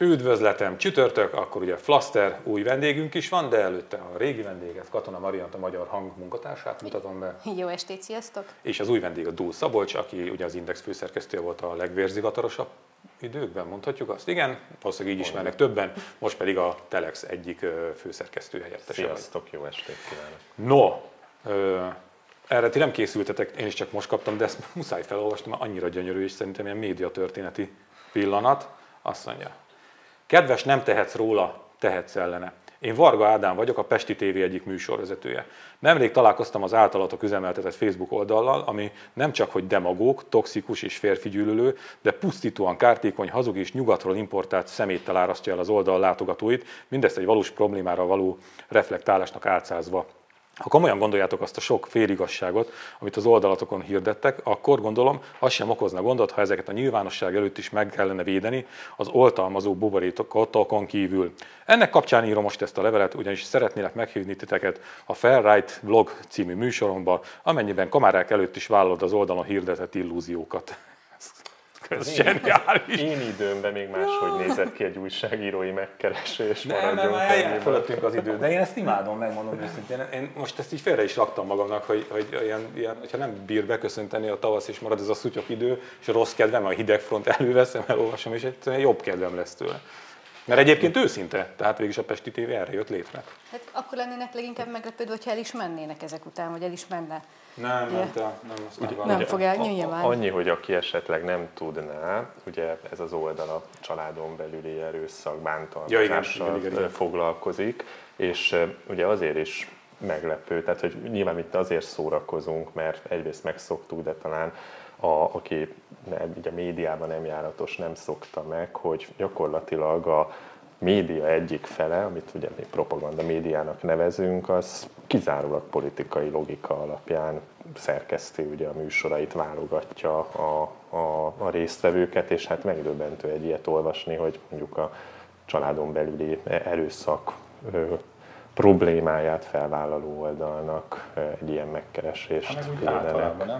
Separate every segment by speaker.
Speaker 1: Üdvözletem, csütörtök, akkor ugye Flaster új vendégünk is van, de előtte a régi vendéget, Katona Mariant, a Magyar Hang munkatársát mutatom be.
Speaker 2: Jó estét, sziasztok!
Speaker 1: És az új vendég a Dúl Szabolcs, aki ugye az Index főszerkesztője volt a legvérzivatarosabb időkben, mondhatjuk azt, igen, valószínűleg így ismernek többen, most pedig a Telex egyik főszerkesztő helyettese.
Speaker 3: Sziasztok, jó estét kívánok!
Speaker 1: No, erre ti nem készültetek, én is csak most kaptam, de ezt muszáj felolvasni, mert annyira gyönyörű, és szerintem ilyen médiatörténeti pillanat. Azt mondja: kedves, nem tehetsz róla, tehetsz ellene. Én Varga Ádám vagyok, a Pesti TV egyik műsorvezetője. Nemrég találkoztam az általatok üzemeltetett Facebook oldallal, ami nem csak hogy demagóg, toxikus és férfigyűlölő, de pusztítóan kártékony, hazug és nyugatról importált szeméttel árasztja el az oldal látogatóit, mindezt egy valós problémára való reflektálásnak álcázva. Ha komolyan gondoljátok azt a sok féligazságot, amit az oldalatokon hirdettek, akkor gondolom, az sem okozna gondot, ha ezeket a nyilvánosság előtt is meg kellene védeni az oltalmazó buborékokon kívül. Ennek kapcsán írom most ezt a levelet, ugyanis szeretnélek meghívni titeket a Fair Right Vlog című műsoromba, amennyiben kamerák előtt is vállalod az oldalon hirdetett illúziókat. Ez zseniális.
Speaker 3: Én időmben még máshogy nézett ki egy újságírói megkeresés.
Speaker 1: Nem, fölöttünk az idő, de én ezt imádom, megmondom őszintén. Én most ezt így félre is raktam magamnak, hogy ilyen, hogyha nem bír beköszönteni a tavasz, és marad ez a szutyok idő, és a rossz kedvem, a hidegfront előveszem, elolvasom, és egyszerűen jobb kedvem lesz tőle. Mert egyébként őszinte, tehát végig a Pesti TV erre jött létre.
Speaker 2: Hát akkor lennének leginkább meglepődve, hogyha el is mennének ezek után, vagy el is menne.
Speaker 1: Nem
Speaker 2: fog el nyilván.
Speaker 3: Annyi, hogy aki esetleg nem tudná, ugye ez az oldal a családon belüli erőszak, bántalmazással foglalkozik, és ugye azért is meglepő, tehát hogy nyilván itt azért szórakozunk, mert egyrészt megszoktuk, de talán aki a médiában nem járatos, nem szokta meg, hogy gyakorlatilag a média egyik fele, amit ugye mi propaganda médiának nevezünk, az kizárólag politikai logika alapján szerkeszti ugye a műsorait, válogatja a résztvevőket, és hát megdöbbentő egy ilyet olvasni, hogy mondjuk a családon belüli erőszak problémáját felvállaló oldalnak egy ilyen megkeresést küldenek.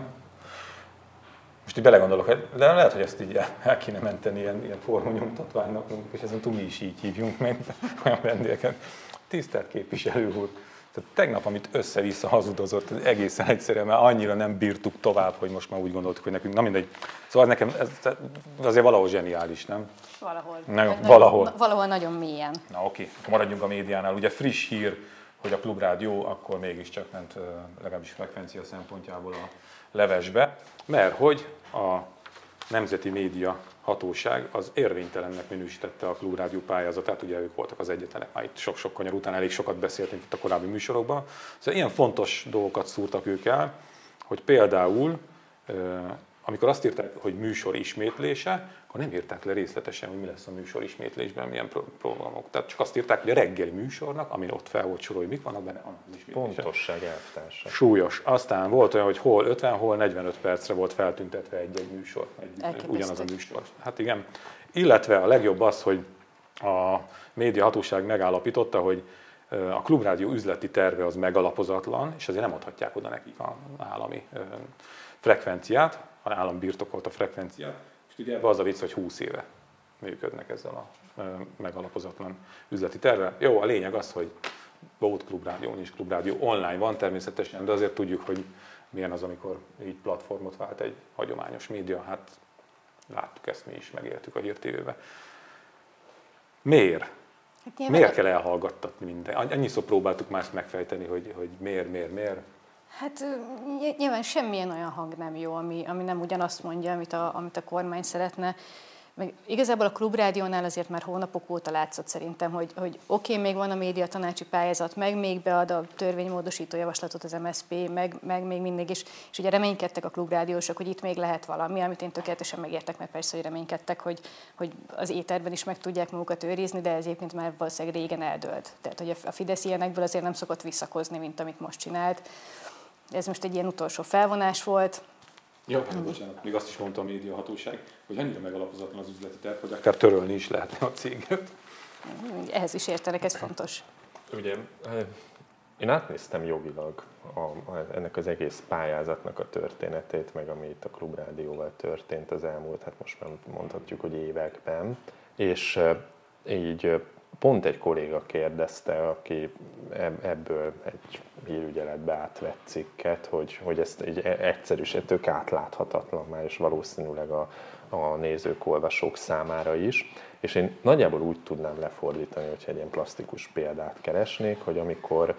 Speaker 1: Most így belegondolok, de lehet, hogy ezt így el kéne menteni ilyen formanyomtatványnak, és ezen túl mi is így hívjunk meg olyan vendégeket. Tisztelt képviselő úr! Tehát tegnap, amit össze-vissza hazudozott, ez egészen egyszerűen, mert annyira nem bírtuk tovább, hogy most már úgy gondoltuk, hogy nekünk, na mindegy. Szóval nekem ez azért valahol zseniális, nem?
Speaker 2: Valahol. Valahol nagyon mélyen.
Speaker 1: Na oké, akkor maradjunk a médiánál. Ugye friss hír, hogy a Klubrádió akkor mégiscsak ment legalábbis frekvencia szempontjából a levesbe, mert hogy a Nemzeti Média Hatóság az érvénytelennek minősítette a Klubrádió pályázatát, ugye ők voltak az egyetlenek, már itt sok-sok kanyar után elég sokat beszéltünk itt a korábbi műsorokban. Szóval ilyen fontos dolgokat szúrtak ők el, hogy például amikor azt írták, hogy műsor ismétlése, akkor nem írták le részletesen, hogy mi lesz a műsor ismétlésben, milyen programok. Tehát csak azt írták, hogy a reggeli műsornak, amin ott fel volt sorolva, hogy mik vannak benne, az ismétlése.
Speaker 3: Pontosság elvtársa.
Speaker 1: Súlyos. Aztán volt olyan, hogy hol 50, hol 45 percre volt feltüntetve egy műsor. Ugyanaz a műsor. Hát igen. Illetve a legjobb az, hogy a médiahatóság megállapította, hogy a Klubrádió üzleti terve az megalapozatlan, és azért nem adhatják oda nekik az állami frekvenciát, hanem állam birtokolta frekvenciát. És ugye az a vicc, hogy 20 éve működnek ezzel a megalapozatlan üzleti tervvel. Jó, a lényeg az, hogy volt Klubrádió, nincs Klubrádió, online van természetesen, de azért tudjuk, hogy milyen az, amikor így platformot vált egy hagyományos média. Hát láttuk ezt mi is, megéltük a Hír TV-be. Miért? Hát miért kell elhallgattatni minden? Annyiszor próbáltuk már ezt megfejteni, hogy miért?
Speaker 2: Hát nyilván semmilyen olyan hang nem jó, ami nem ugyanazt mondja, amit a kormány szeretne. Meg igazából a Klubrádiónál azért már hónapok óta látszott szerintem, hogy oké, még van a médiatanácsi pályázat, meg még bead a törvénymódosító javaslatot az MSZP, meg még mindig is, és ugye reménykedtek a klubrádiósok, hogy itt még lehet valami, amit én tökéletesen megértek, mert persze, hogy reménykedtek, hogy az éterben is meg tudják magukat őrizni, de ez egyébként már valószínűleg régen eldőlt. Tehát, hogy a Fidesz ilyenekből azért nem szokott visszakozni, mint amit most csinált. Ez most egy ilyen utolsó felvonás volt.
Speaker 1: Jó, bocsánat, még azt is mondta a médiahatóság, hogy annyira megalapozatlan az üzleti terv, hogy akár törölni is lehetne a céget.
Speaker 2: Ehhez is értenek, ez fontos.
Speaker 3: Ugye, én átnéztem jogilag ennek az egész pályázatnak a történetét, meg ami itt a Klubrádióval történt az elmúlt, hát most már mondhatjuk, hogy években. És így pont egy kolléga kérdezte, aki ebből egy hírügyeletbe átvett cikket, hogy ezt egy egyszerűsítők átláthatatlan már, és valószínűleg a nézők, olvasók számára is. És én nagyjából úgy tudnám lefordítani, hogyha egy ilyen plastikus példát keresnék, hogy amikor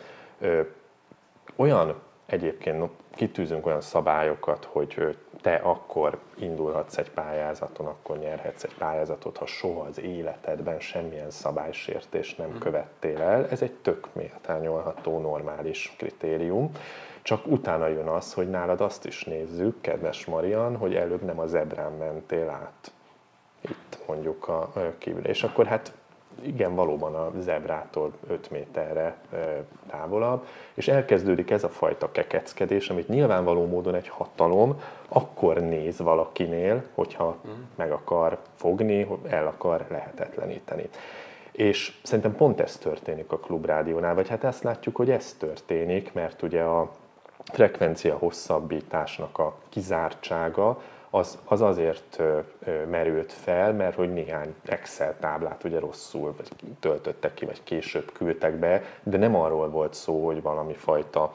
Speaker 3: olyan egyébként kitűzünk olyan szabályokat, hogy te akkor indulhatsz egy pályázaton, akkor nyerhetsz egy pályázatot, ha soha az életedben semmilyen szabálysértést nem követtél el. Ez egy tök méltányolható, normális kritérium. Csak utána jön az, hogy nálad azt is nézzük, kedves Marian, hogy előbb nem a zebrán mentél át. Itt mondjuk a kívül. És akkor hát igen, valóban a zebrától 5 méterre távolabb, és elkezdődik ez a fajta kekeckedés, amit nyilvánvaló módon egy hatalom akkor néz valakinél, hogyha meg akar fogni, el akar lehetetleníteni. És szerintem pont ez történik a Klubrádiónál, vagy hát ezt látjuk, hogy ez történik, mert ugye a frekvencia hosszabbításnak a kizártsága az azért merült fel, mert hogy néhány Excel táblát ugye rosszul vagy töltöttek ki, vagy később küldtek be, de nem arról volt szó, hogy valami fajta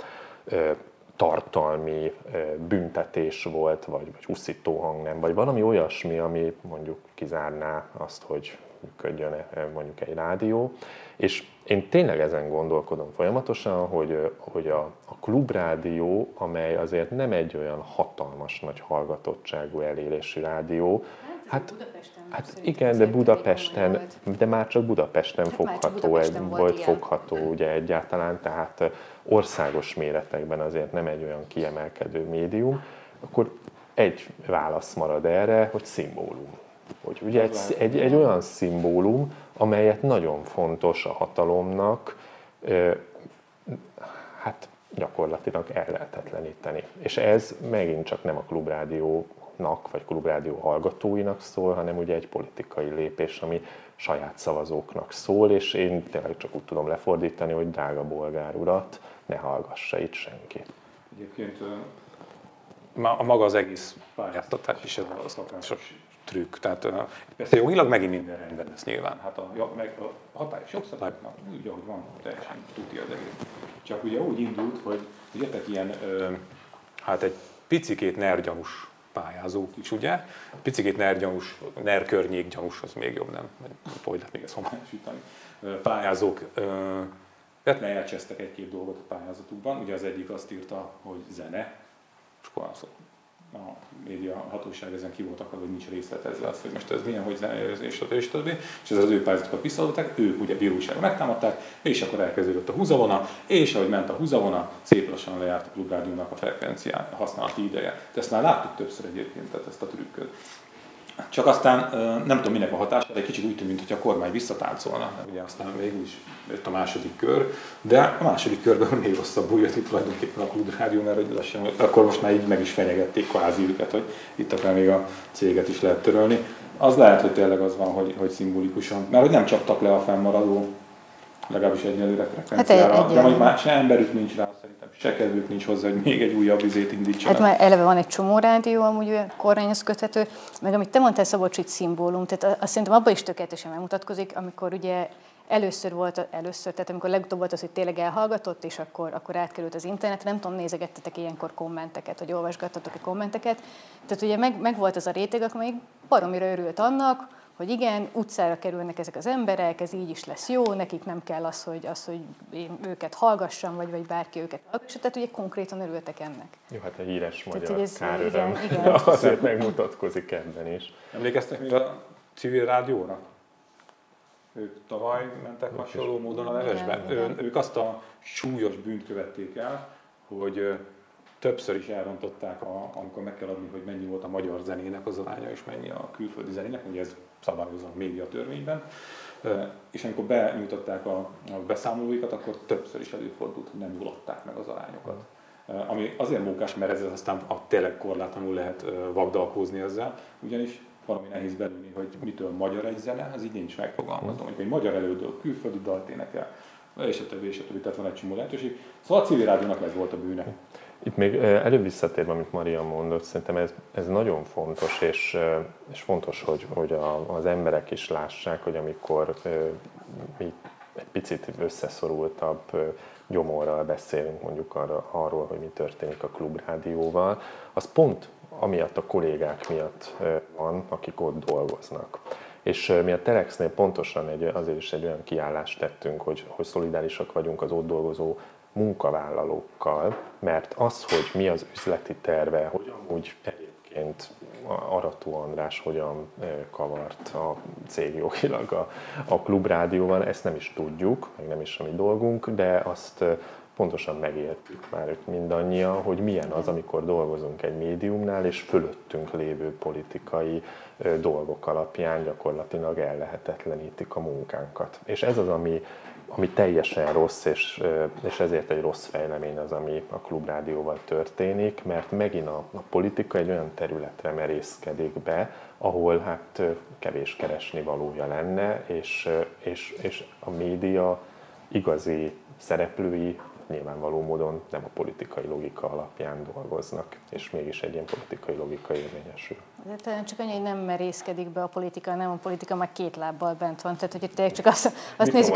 Speaker 3: tartalmi büntetés volt, vagy uszító hangnem, vagy valami olyasmi, ami mondjuk kizárná azt, hogy működjön mondjuk egy rádió. És én tényleg ezen gondolkodom folyamatosan, hogy a Klubrádió, amely azért nem egy olyan hatalmas nagy hallgatottságú elérésű rádió, hát igen, de Budapesten, de már csak Budapesten fogható ugye egyáltalán, tehát országos méretekben azért nem egy olyan kiemelkedő médium, akkor egy válasz marad erre, hogy szimbólum. Hogy ugye egy olyan szimbólum, amelyet nagyon fontos a hatalomnak hát gyakorlatilag ellehetetleníteni. És ez megint csak nem a Klubrádiónak, vagy Klubrádió hallgatóinak szól, hanem ugye egy politikai lépés, ami saját szavazóknak szól, és én tényleg csak úgy tudom lefordítani, hogy drága bolgár urat, ne hallgassa itt senki.
Speaker 1: Egyébként a maga az egész pályáztatás is ez a szokásos trükk. Tehát persze jogilag megint minden rendben lesz nyilván. Hát a hatályos jogszabályoknak úgy, ahogy van, teljesen tuti az egész. Csak ugye úgy indult, hogy jöttek ilyen, hát egy picikét nergyanús pályázók is, ugye? Picikét nergyanús, nerkörnyékgyanús, az még jobb, nem? Hogy lehet még ezt homályosítani? Pályázók elcsesztek egy-két dolgot a pályázatukban. Ugye az egyik azt írta, hogy zene, és akkor a média hatóság ezen ki volt akar, hogy nincs részletezve azt, hogy most ez milyen, hogy és ez az ő pályázatokat visszaadották, ők ugye bíróságon megtámadták, és akkor elkezdődött a húzavona, és ahogy ment a húzavona, szép lassan lejárt a Klubrádiónak a frekvencián használati ideje. De ezt már láttuk többször egyébként, tehát ezt a trükköt. Csak aztán nem tudom minek a hatása, de egy kicsit úgy tűnt, mintha a kormány visszatáncolna, ugye aztán végül is jött a második kör, de a második körben még rosszabbul jött itt tulajdonképpen a Klubrádió, mert hogy lassan, akkor most már így meg is fenyegették kvázi őket, hogy itt akár még a céget is lehet törölni. Az lehet, hogy tényleg az van, hogy szimbolikusan, mert hogy nem csaptak le a fennmaradó, legalábbis egyelőre frekvenciára, hát de mondjuk már se emberük nincs rá, szerintem se kedvük nincs hozzá, hogy még egy újabb vizét indítsanak.
Speaker 2: Hát már eleve van egy csomó rádió, amúgy kormányhoz köthető, meg amit te mondtál, Szabolcs, hogy szimbólum, tehát azt szerintem abban is tökéletesen megmutatkozik, amikor ugye először, tehát amikor legutóbb volt az, hogy tényleg elhallgatott, és akkor átkerült az internetre, nem tudom, nézegettetek ilyenkor kommenteket, vagy olvasgattatok a kommenteket, tehát ugye meg volt az a réteg, akkor még baromira örült annak, hogy igen, utcára kerülnek ezek az emberek, ez így is lesz jó, nekik nem kell az, hogy én őket hallgassam, vagy bárki őket hallgassa, tehát ugye konkrétan örültek ennek.
Speaker 3: Jó, hát a híres magyar káröröm azért megmutatkozik ebben is.
Speaker 1: Emlékeztek még a civil rádióra? Ők tavaly mentek hasonló módon a levesbe. Ők azt a súlyos bűnt követték el, hogy többször is elrontották, amikor meg kell adni, hogy mennyi volt a magyar zenének az aránya, és mennyi a külföldi zenének, ugye ez szabályozza a médiatörvényben. És amikor benyújtották a beszámolóikat, akkor többször is előfordult, hogy nem jól adták meg az arányokat. Ami azért mókás, mert ez aztán tényleg korlátlanul lehet vagdalkozni ezzel, ugyanis valami nehéz belülni, hogy mitől magyar egy zene, az így nincs megfogalmazva. Hogy egy magyar elődő külföldi dalt énekel, és a többi, tehát van egy csomó lehetőség. Szóval a civil rádiónak ez volt a bűne.
Speaker 3: Itt még előbb visszatérve, amit Maria mondott, szerintem ez nagyon fontos, és fontos, hogy az emberek is lássák, hogy amikor mi egy picit összeszorultabb gyomorral beszélünk mondjuk arról, hogy mi történik a Klubrádióval, az pont amiatt a kollégák miatt van, akik ott dolgoznak. És mi a Telexnél pontosan azért is egy olyan kiállást tettünk, hogy szolidárisak vagyunk az ott dolgozó munkavállalókkal, mert az, hogy mi az üzleti terve, hogy amúgy egyébként Arató András hogyan kavart a cég jogilag a Klubrádióval, ezt nem is tudjuk, meg nem is a mi dolgunk, de azt pontosan megéltük már mindannyian, hogy milyen az, amikor dolgozunk egy médiumnál, és fölöttünk lévő politikai dolgok alapján gyakorlatilag ellehetetlenítik a munkánkat. És ez az, ami teljesen rossz, és ezért egy rossz fejlemény az, ami a Klubrádióval történik, mert megint a politika egy olyan területre merészkedik be, ahol hát kevés keresni valója lenne, és a média igazi szereplői nyilvánvaló módon nem a politikai logika alapján dolgoznak, és mégis egy ilyen politikai logika érvényesül.
Speaker 2: De talán csak annyi, hogy nem merészkedik be a politika, nem a politika már két lábbal bent van. Tehát, hogy tényleg csak azt nézzük,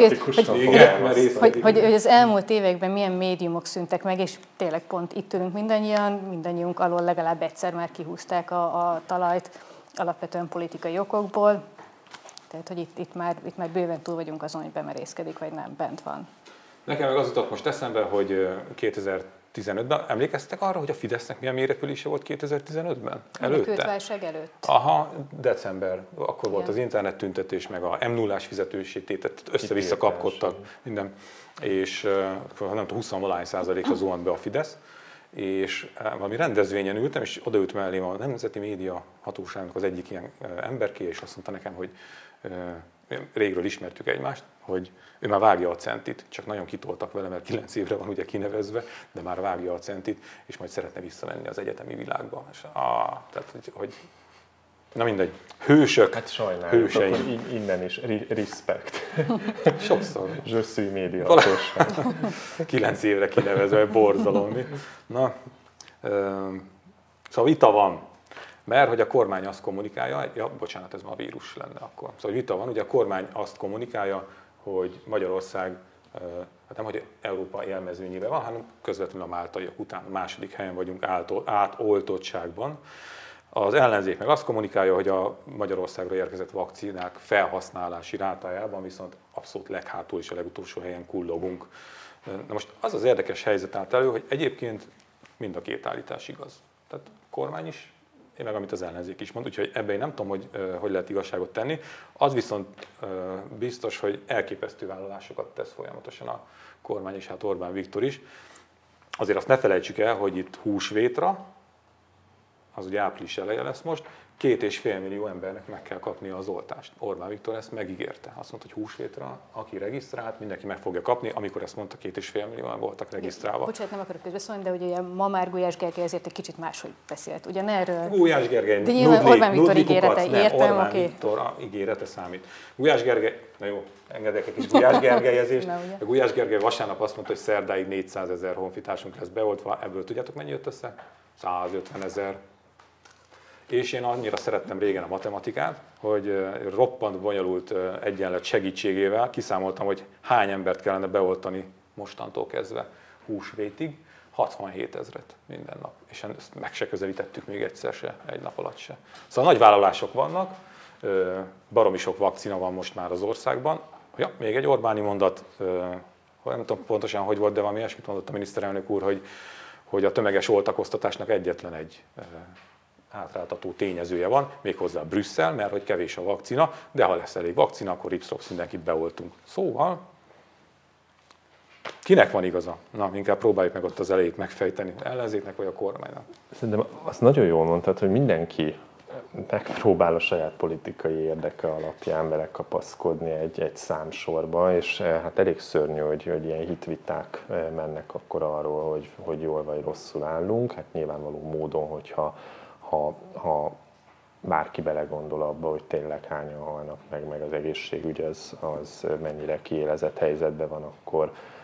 Speaker 2: hogy az elmúlt években milyen médiumok szűntek meg, és tényleg pont itt ülünk mindannyiunk alól legalább egyszer már kihúzták a talajt alapvetően politikai okokból. Tehát, hogy itt már bőven túl vagyunk azon, hogy bemerészkedik, vagy nem, bent van.
Speaker 1: Nekem meg az jutott most eszembe, hogy 2015-ben, emlékeztek arra, hogy a Fidesznek milyen mérepülése volt 2015-ben? Előtte?
Speaker 2: A válság előtt.
Speaker 1: Aha, december, akkor volt az internet tüntetés, meg a M0-ás fizetősítétet, össze-vissza kapkodtak minden, és nem tudom, 20-valány% zuhant be a Fidesz, és valami rendezvényen ültem, és odaült mellém a Nemzeti Média Hatóságnak az egyik ilyen emberké, és azt mondta nekem, hogy régről ismertük egymást, hogy ő már vágja a centit, csak nagyon kitoltak vele, mert 9 évre van ugye kinevezve, de már vágja a centit, és majd szeretne visszamenni az egyetemi világba. És, tehát, hogy na mindegy, hősök,
Speaker 3: hát sajnáljuk,
Speaker 1: hőseim.
Speaker 3: Akkor innen is respect.
Speaker 1: Sokszor.
Speaker 3: Je suis média hatóság.
Speaker 1: 9 évre kinevezve, borzalom. Na, szóval vita van. Mert hogy a kormány azt kommunikálja, bocsánat, ez ma a vírus lenne akkor. Szóval vita van, ugye a kormány azt kommunikálja, hogy Magyarország, hát nem, hogy Európa élmezőnyében van, hanem közvetlenül a máltaiak után a második helyen vagyunk átoltottságban. Az ellenzék meg azt kommunikálja, hogy a Magyarországra érkezett vakcinák felhasználási rátájában viszont abszolút leghátul és a legutolsó helyen kullogunk. Na most az az érdekes helyzet állt elő, hogy egyébként mind a két állítás igaz. Tehát a kormány is, én meg amit az ellenzék is mond, úgyhogy ebben én nem tudom, hogy lehet igazságot tenni. Az viszont biztos, hogy elképesztő vállalásokat tesz folyamatosan a kormány, és hát Orbán Viktor is. Azért azt ne felejtsük el, hogy itt húsvétra, az ugye április eleje lesz most, 2,5 millió embernek meg kell kapnia az oltást. Orbán Viktor ezt megígérte. Azt mondta, hogy húsvétra, aki regisztrált, mindenki meg fogja kapni, amikor ezt mondta, 2,5 millióan voltak regisztrálva.
Speaker 2: Bocsánat, nem akarok közbeszólni, de ugye ma már Gulyás Gergely ezért egy kicsit máshogy beszélt. Ugyanerről.
Speaker 1: Gulyás Gergely,
Speaker 2: de nyilván Orbán Viktor ígérete, értem,
Speaker 1: Orbán Viktor ígérete számít. Gulyás Gergely, na jó, engedek egy kis Gulyás Gergelyezést. Gulyás Gergely vasárnap azt mondta, hogy szerdáig 400 000 honfitársunk lesz beoltva. Ebből tudjátok, mennyi jött össze? 150 000. És én annyira szerettem régen a matematikát, hogy roppant bonyolult egyenlet segítségével kiszámoltam, hogy hány embert kellene beoltani mostantól kezdve húsvétig. 67 000 minden nap. És ezt meg se közelítettük még egyszer se, egy nap alatt se. Szóval nagy vállalások vannak, baromi sok vakcina van most már az országban. Ja, még egy Orbáni mondat, nem tudom pontosan, hogy volt, de valami ilyesmit mondott a miniszterelnök úr, hogy a tömeges oltakoztatásnak egyetlen egy hátráltató tényezője van, méghozzá Brüsszel, mert hogy kevés a vakcina, de ha lesz elég vakcina, akkor ipszlox mindenkit beoltunk. Szóval, kinek van igaza? Na, inkább próbáljuk meg ott az elejét megfejteni, ellenzéknek vagy a kormánynak.
Speaker 3: Szerintem azt nagyon jól mondtad, hogy mindenki megpróbál a saját politikai érdeke alapján belekapaszkodni egy számsorba, és hát elég szörnyű, hogy ilyen hitviták mennek akkor arról, hogy jól vagy rosszul állunk. Hát nyilvánvaló módon, hogyha ha bárki belegondol abba, hogy tényleg hányan halnak meg az egészségügy az mennyire kiélezett helyzetben van, akkor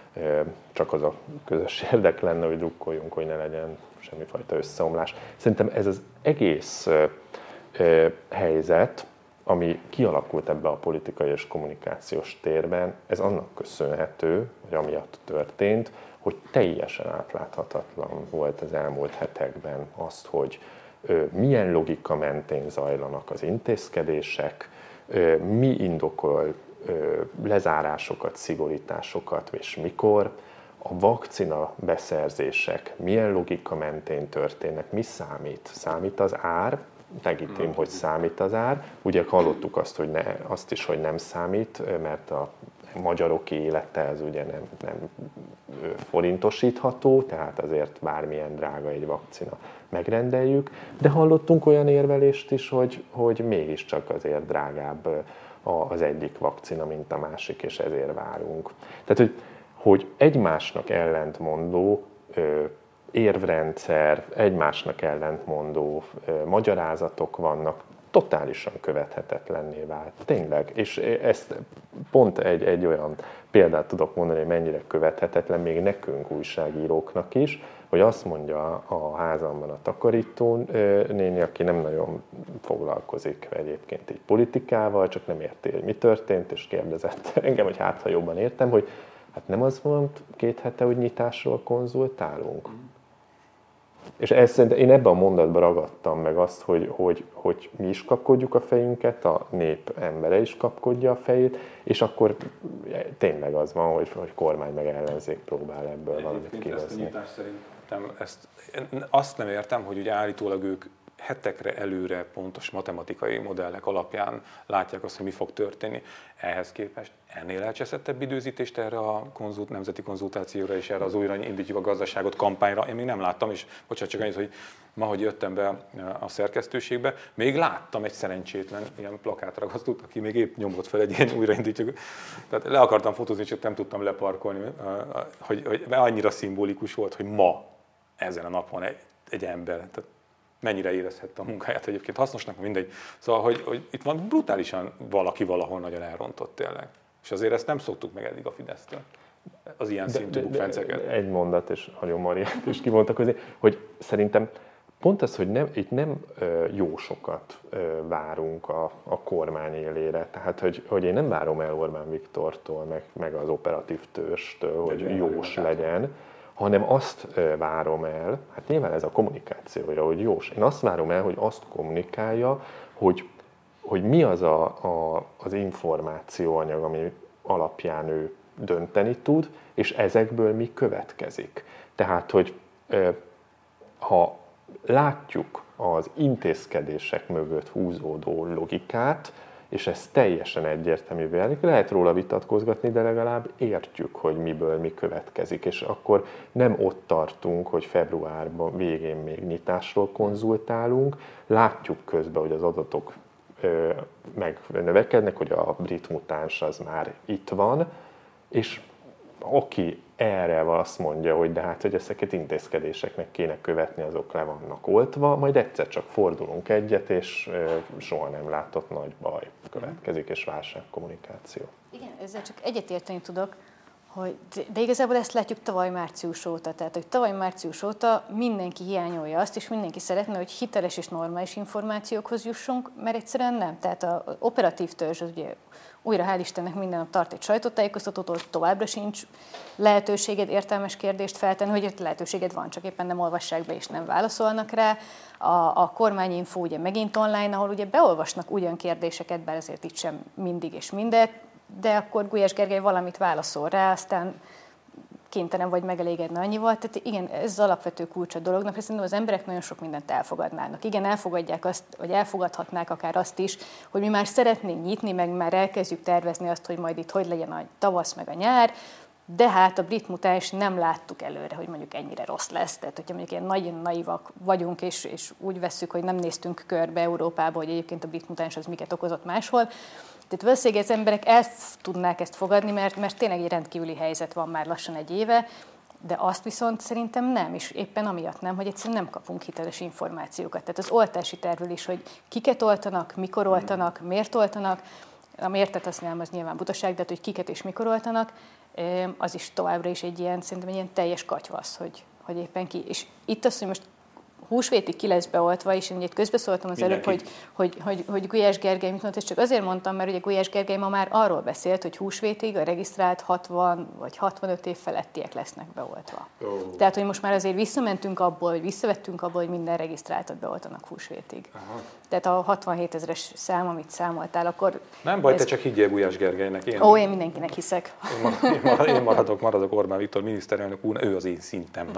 Speaker 3: csak az a közös érdek lenne, hogy drukkoljunk, hogy ne legyen semmifajta összeomlás. Szerintem ez az egész helyzet, ami kialakult ebbe a politikai és kommunikációs térben, ez annak köszönhető, hogy amiatt történt, hogy teljesen átláthatatlan volt az elmúlt hetekben azt, hogy milyen logika mentén zajlanak az intézkedések, mi indokol lezárásokat, szigorításokat és mikor, a vakcina beszerzések milyen logika mentén történnek, mi számít? Számít az ár? Legitim, hogy számít az ár. Ugye hallottuk azt is, hogy nem számít, mert a magyarok élete ez ugye nem forintosítható, tehát azért bármilyen drága egy vakcina megrendeljük, de hallottunk olyan érvelést is, hogy mégiscsak azért drágább az egyik vakcina, mint a másik, és ezért várunk. Tehát, hogy egymásnak ellentmondó érvrendszer, egymásnak ellentmondó magyarázatok vannak, totálisan követhetetlenné vált. Tényleg. És ezt pont egy olyan példát tudok mondani, hogy mennyire követhetetlen még nekünk, újságíróknak is, hogy azt mondja a házamban a takarító néni, aki nem nagyon foglalkozik egyébként így politikával, csak nem érti, hogy mi történt, és kérdezett engem, hogy hát ha jobban értem, hogy hát nem az volt 2 hete, hogy nyitásról konzultálunk. És én ebben a mondatban ragadtam meg azt, hogy mi is kapkodjuk a fejünket, a nép embere is kapkodja a fejét, és akkor tényleg az van, hogy kormány meg ellenzék próbál ebből valamit kihozni.
Speaker 1: Azt nem értem, hogy ugye állítólag ők hetekre előre pontos matematikai modellek alapján látják azt, hogy mi fog történni. Ehhez képest ennél elcseszettebb időzítést erre a nemzeti konzultációra és erre az újra indítjuk a gazdaságot kampányra én még nem láttam, és bocsánat, csak annyit, hogy ma, hogy jöttem be a szerkesztőségbe, még láttam egy szerencsétlen ilyen plakátragasztót, aki még épp nyomott fel egy ilyen újraindítjuk. Tehát le akartam fotózni, csak nem tudtam leparkolni, hogy annyira szimbolikus volt, hogy ma ezen a napon egy ember. Tehát mennyire érezhette a munkáját egyébként hasznosnak, mindegy. Szóval, hogy itt van brutálisan valaki valahol nagyon elrontott tényleg. És azért ezt nem szoktuk meg eddig a Fidesztől. Az ilyen szintű bukfenceket.
Speaker 3: Egy mondat, és nagyon Mariát is kivontak közé, hogy szerintem pont az, hogy itt nem jósokat várunk a kormány élére. Tehát, hogy én nem várom el Orbán Viktortól, meg az operatív törzstől, hogy jós legyen, hanem azt várom el, hát nyilván ez a kommunikációja, hogy jós. Én azt várom el, hogy azt kommunikálja, hogy mi az az információanyag, ami alapján ő dönteni tud, és ezekből mi következik. Tehát, hogy ha látjuk az intézkedések mögött húzódó logikát, és ez teljesen egyértelművé válik. Lehet róla vitatkozgatni, de legalább értjük, hogy miből mi következik, és akkor nem ott tartunk, hogy februárban végén még nyitásról konzultálunk, látjuk közben, hogy az adatok megnövekednek, hogy a brit mutáns az már itt van, és aki erre azt mondja, hogy de hát, hogy ezeket intézkedéseknek kéne követni, azok le vannak oltva, majd egyszer csak fordulunk egyet, és soha nem látott nagy baj következik, és válságkommunikáció.
Speaker 2: Igen, ezzel csak egyetérteni tudok, de igazából ezt látjuk tavaly március óta. Tehát, hogy tavaly március óta mindenki hiányolja azt, és mindenki szeretne, hogy hiteles és normális információkhoz jussunk, mert egyszerűen nem. Tehát az operatív törzs, az ugye újra hál' Istennek minden nap tart egy sajtótájékoztatótól, továbbra sincs lehetőséged értelmes kérdést feltenni, hogy lehetőséged van, csak éppen nem olvassák be és nem válaszolnak rá. A kormányinfo ugye megint online, ahol ugye beolvasnak ugyan kérdéseket, bár azért itt sem mindig és mindet, de akkor Gulyás Gergely valamit válaszol rá, aztán kénytelen vagy megelégedne annyival. Tehát igen, ez az alapvető kulcs a dolognak, és szerintem az emberek nagyon sok mindent elfogadnának. Igen, elfogadják azt, vagy elfogadhatnák akár azt is, hogy mi már szeretnénk nyitni, meg már elkezdjük tervezni azt, hogy majd itt hogy legyen a tavasz meg a nyár, de hát a brit mutáns nem láttuk előre, hogy mondjuk ennyire rossz lesz. Tehát, hogyha mondjuk ilyen nagyon naivak vagyunk, és úgy vesszük, hogy nem néztünk körbe Európába, hogy egyébként a brit mutáns az miket okozott máshol. Tehát valószínűleg az emberek el tudnák ezt fogadni, mert tényleg egy rendkívüli helyzet van már lassan egy éve, de azt viszont szerintem nem, és éppen amiatt nem, hogy egyszerűen nem kapunk hiteles információkat. Tehát az oltási tervről is, hogy kiket oltanak, mikor oltanak, miért oltanak, a miértet azt nem, az nyilván butaság, de hogy kiket és mikor oltanak, az is továbbra is szerintem egy ilyen teljes katyvasz, hogy éppen ki. És itt az, hogy most húsvétig ki lesz beoltva, és én közbeszóltam az előbb, hogy Gulyás Gergely mit mondta, és csak azért mondtam, mert ugye Gulyás Gergely ma már arról beszélt, hogy húsvétig a regisztrált 60 vagy 65 év felettiek lesznek beoltva. Tehát, hogy most már azért visszavettünk abból, hogy minden regisztráltat beoltanak húsvétig. Aha. Tehát a 67 000-es szám, amit számoltál, akkor...
Speaker 1: Nem baj, te csak higgyél Gulyás Gergelynek.
Speaker 2: Én mindenkinek hiszek.
Speaker 1: Én maradok Orbán Viktor miniszterelnök úr, ő az én szintem.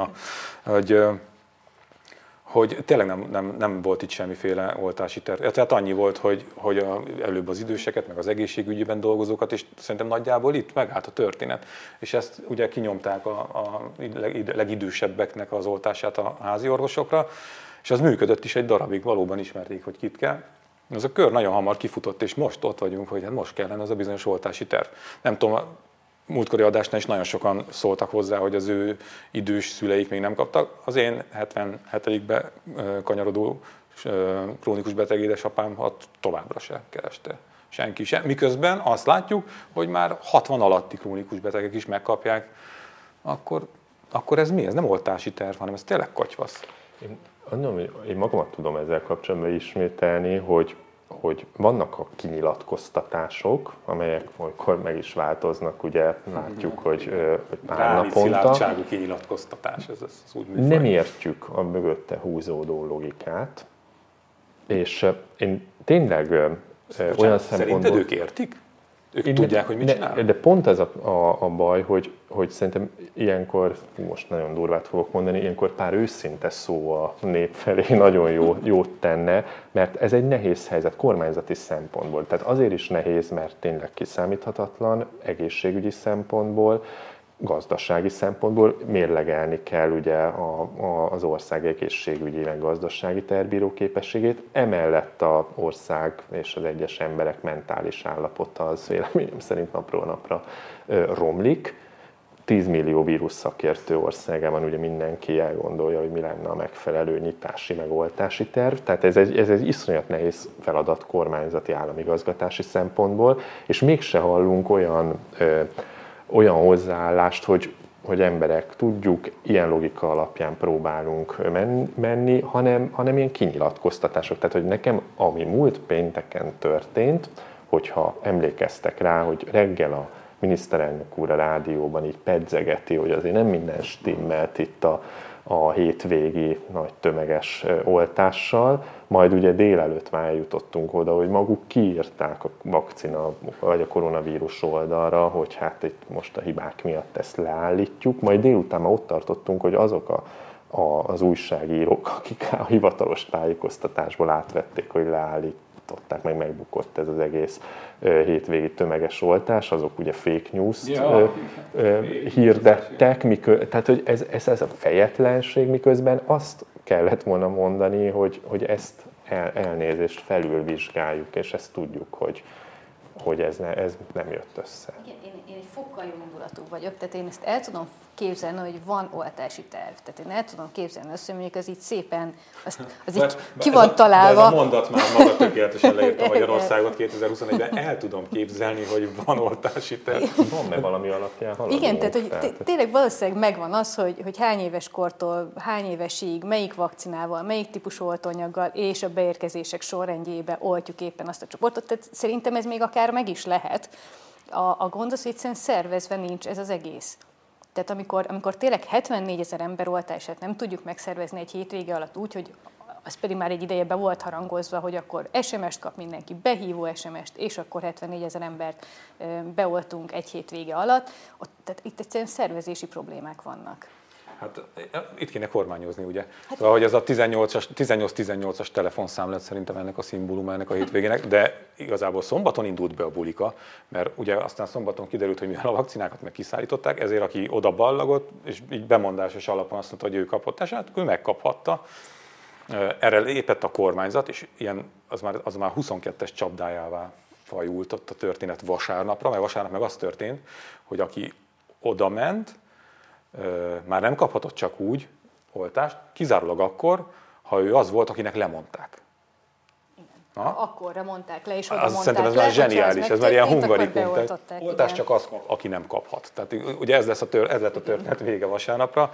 Speaker 1: Hogy tényleg nem volt itt semmiféle oltási terv. Tehát annyi volt, hogy előbb az időseket, meg az egészségügyben dolgozókat, és szerintem nagyjából itt megállt a történet. És ezt ugye kinyomták a legidősebbeknek az oltását a házi orvosokra, és az működött is egy darabig, valóban ismerték, hogy kit kell. Az a kör nagyon hamar kifutott, és most ott vagyunk, hogy hát most kellene az a bizonyos oltási terv. Nem tudom, múltkori adásnál is nagyon sokan szóltak hozzá, hogy az ő idős szüleik még nem kaptak. Az én 77-be kanyarodó krónikus beteg édesapámat továbbra se kereste senki sem. Miközben azt látjuk, hogy már 60 alatti krónikus betegek is megkapják. Akkor ez mi? Ez nem oltási terv, hanem ez tényleg katyvasz.
Speaker 3: Én magamat tudom ezzel kapcsolatban ismételni, hogy vannak a kinyilatkoztatások, amelyek olykor meg is változnak, ugye látjuk, hogy pár naponta.
Speaker 1: Szilárdságú kinyilatkoztatás, ez úgy műfaj.
Speaker 3: Nem értjük a mögötte húzódó logikát, és én tényleg olyan szempontból...
Speaker 1: Szerinted ők értik? Ők tudják, hogy mit csinálnak?
Speaker 3: De pont ez a baj, hogy szerintem ilyenkor, most nagyon durvát fogok mondani, ilyenkor pár őszinte szó a nép felé nagyon jót tenne, mert ez egy nehéz helyzet kormányzati szempontból. Tehát azért is nehéz, mert tényleg kiszámíthatatlan, egészségügyi szempontból, gazdasági szempontból mérlegelni kell ugye az ország egészségügyi, meg gazdasági terbíró képességét. Emellett az ország és az egyes emberek mentális állapota az véleményem szerint napról napra romlik. 10 millió vírus szakértő országában ugye mindenki elgondolja, hogy mi lenne a megfelelő nyitási, meg oltási terv. Tehát ez egy iszonyat nehéz feladat kormányzati államigazgatási szempontból, és mégse hallunk olyan hozzáállást, hogy emberek tudjuk, ilyen logika alapján próbálunk menni, hanem ilyen kinyilatkoztatások. Tehát, hogy nekem, ami múlt pénteken történt, hogyha emlékeztek rá, hogy reggel a miniszterelnök úr a rádióban így pedzegeti, hogy azért nem minden stimmelt itt a hétvégi nagy tömeges oltással, majd ugye délelőtt már eljutottunk oda, hogy maguk kiírták a vakcina vagy a koronavírus oldalra, hogy hát itt most a hibák miatt ezt leállítjuk, majd délután már ott tartottunk, hogy azok az újságírók, akik a hivatalos tájékoztatásból átvették, hogy leállították, meg megbukott ez az egész hétvégi tömeges oltás, azok ugye fake news-t hirdettek, tehát hogy ez a fejetlenség, miközben azt kellett volna mondani, hogy ezt elnézést felülvizsgáljuk, és ezt tudjuk, hogy ez nem jött össze.
Speaker 2: Igen, én egy fokkal jó indulatú vagyok, tehát én ezt el tudom képzelni, hogy van oltási terv. Tehát én el tudom képzelni azt, hogy mondjuk az így szépen, az így ki van találva.
Speaker 1: Ez a mondat már maga tökéletesen leírta Magyarországot 2021-ben. El tudom képzelni, hogy van oltási terv.
Speaker 3: Van-e valami alapján haladunk?
Speaker 2: Igen, tehát hogy tényleg valószínűleg megvan az, hogy hány éves kortól, hány évesig, melyik vakcinával, melyik típusú oltóanyaggal és a beérkezések sorrendjébe oltjuk éppen azt a csoportot. Tehát szerintem ez még akár meg is lehet. A gond az, hogy egyszerűen szervezve nincs ez az egész. Tehát amikor tényleg 74 000 ember oltását nem tudjuk megszervezni egy hétvége alatt úgy, hogy az pedig már egy ideje be volt harangozva, hogy akkor SMS-t kap mindenki, behívó SMS-t, és akkor 74 000 embert beoltunk egy hétvége alatt, tehát itt egyszerűen szervezési problémák vannak.
Speaker 1: Hát itt kéne kormányozni, ugye? Szóval, hogy ez a 18-18-as telefonszám lett szerintem ennek a szimbóluma, ennek a hétvégének, de igazából szombaton indult be a bulika, mert ugye aztán szombaton kiderült, hogy mivel a vakcinákat meg kiszállították, ezért aki oda ballagott, és így bemondásos alapon azt mondta, hogy ő kapott eset, ő megkaphatta. Erre lépett a kormányzat, és ilyen, az már 22-es csapdájává fajult ott a történet vasárnapra, mert vasárnap meg az történt, hogy aki oda ment, már nem kaphatott csak úgy oltást, kizárólag akkor, ha ő az volt, akinek lemondták.
Speaker 2: Igen. Akkorra mondták le, és oda
Speaker 1: azt
Speaker 2: mondták
Speaker 1: szerintem ez már zseniális, ez már ilyen hungarikum. Oltást csak az, aki nem kaphat. Tehát ugye ez lett a történet vége vasárnapra.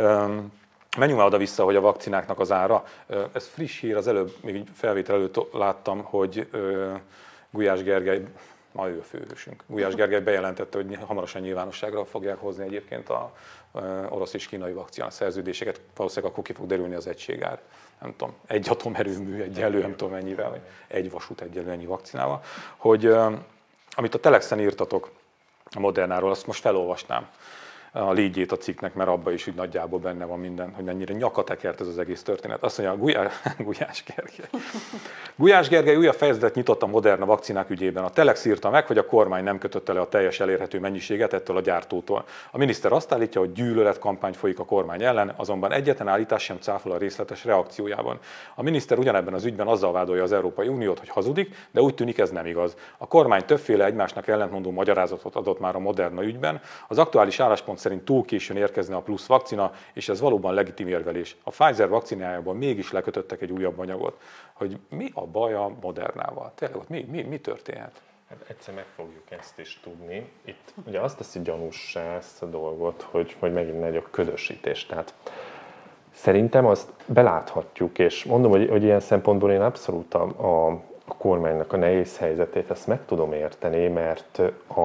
Speaker 1: Menjünk már oda-vissza, hogy a vakcináknak az ára. Ez friss hír, az előbb, még így felvétel előtt láttam, hogy Gulyás Gergely, ma ő a főhősünk, Gulyás Gergely bejelentette, hogy hamarosan nyilvánosságra fogják hozni egyébként a orosz és kínai vakcina szerződéseket. Valószínűleg akkor ki fog derülni az egységár. Nem tudom, egy atomerőmű egyenlő, nem tudom mennyivel, vagy egy vasút egyenlő ennyi vakcinával. Hogy amit a Telexen írtatok a Modernáról, azt most felolvasnám a lígyét a cikknek, mert abban is úgy nagyjából benne van minden, hogy mennyire nyakatekert ez az egész történet. Azt mondja, Gulyás Gergely. Gulyás Gergely újabb fejezetet nyitott a Moderna vakcinák ügyében. A Telex írta meg, hogy a kormány nem kötötte le a teljes elérhető mennyiséget ettől a gyártótól. A miniszter azt állítja, hogy gyűlöletkampány folyik a kormány ellen, azonban egyetlen állítás sem cáfol a részletes reakciójában. A miniszter ugyanebben az ügyben azzal vádolja az Európai Uniót, hogy hazudik, de úgy tűnik ez nem igaz. A kormány többféle egymásnak ellentmondó magyarázatot adott már a Moderna ügyben. Az aktuális álláspont szerint túl későn érkezne a plusz vakcina, és ez valóban legitim érvelés. A Pfizer vakcinájában mégis lekötöttek egy újabb anyagot. Hogy mi a baj a Modernával? Tényleg ott mi történhet?
Speaker 3: Hát egyszer meg fogjuk ezt is tudni. Itt ugye azt teszi gyanússá ezt a dolgot, hogy megint nagy a ködösítés. Tehát szerintem azt beláthatjuk, és mondom, hogy ilyen szempontból én abszolút a kormánynak a nehéz helyzetét, ezt meg tudom érteni, mert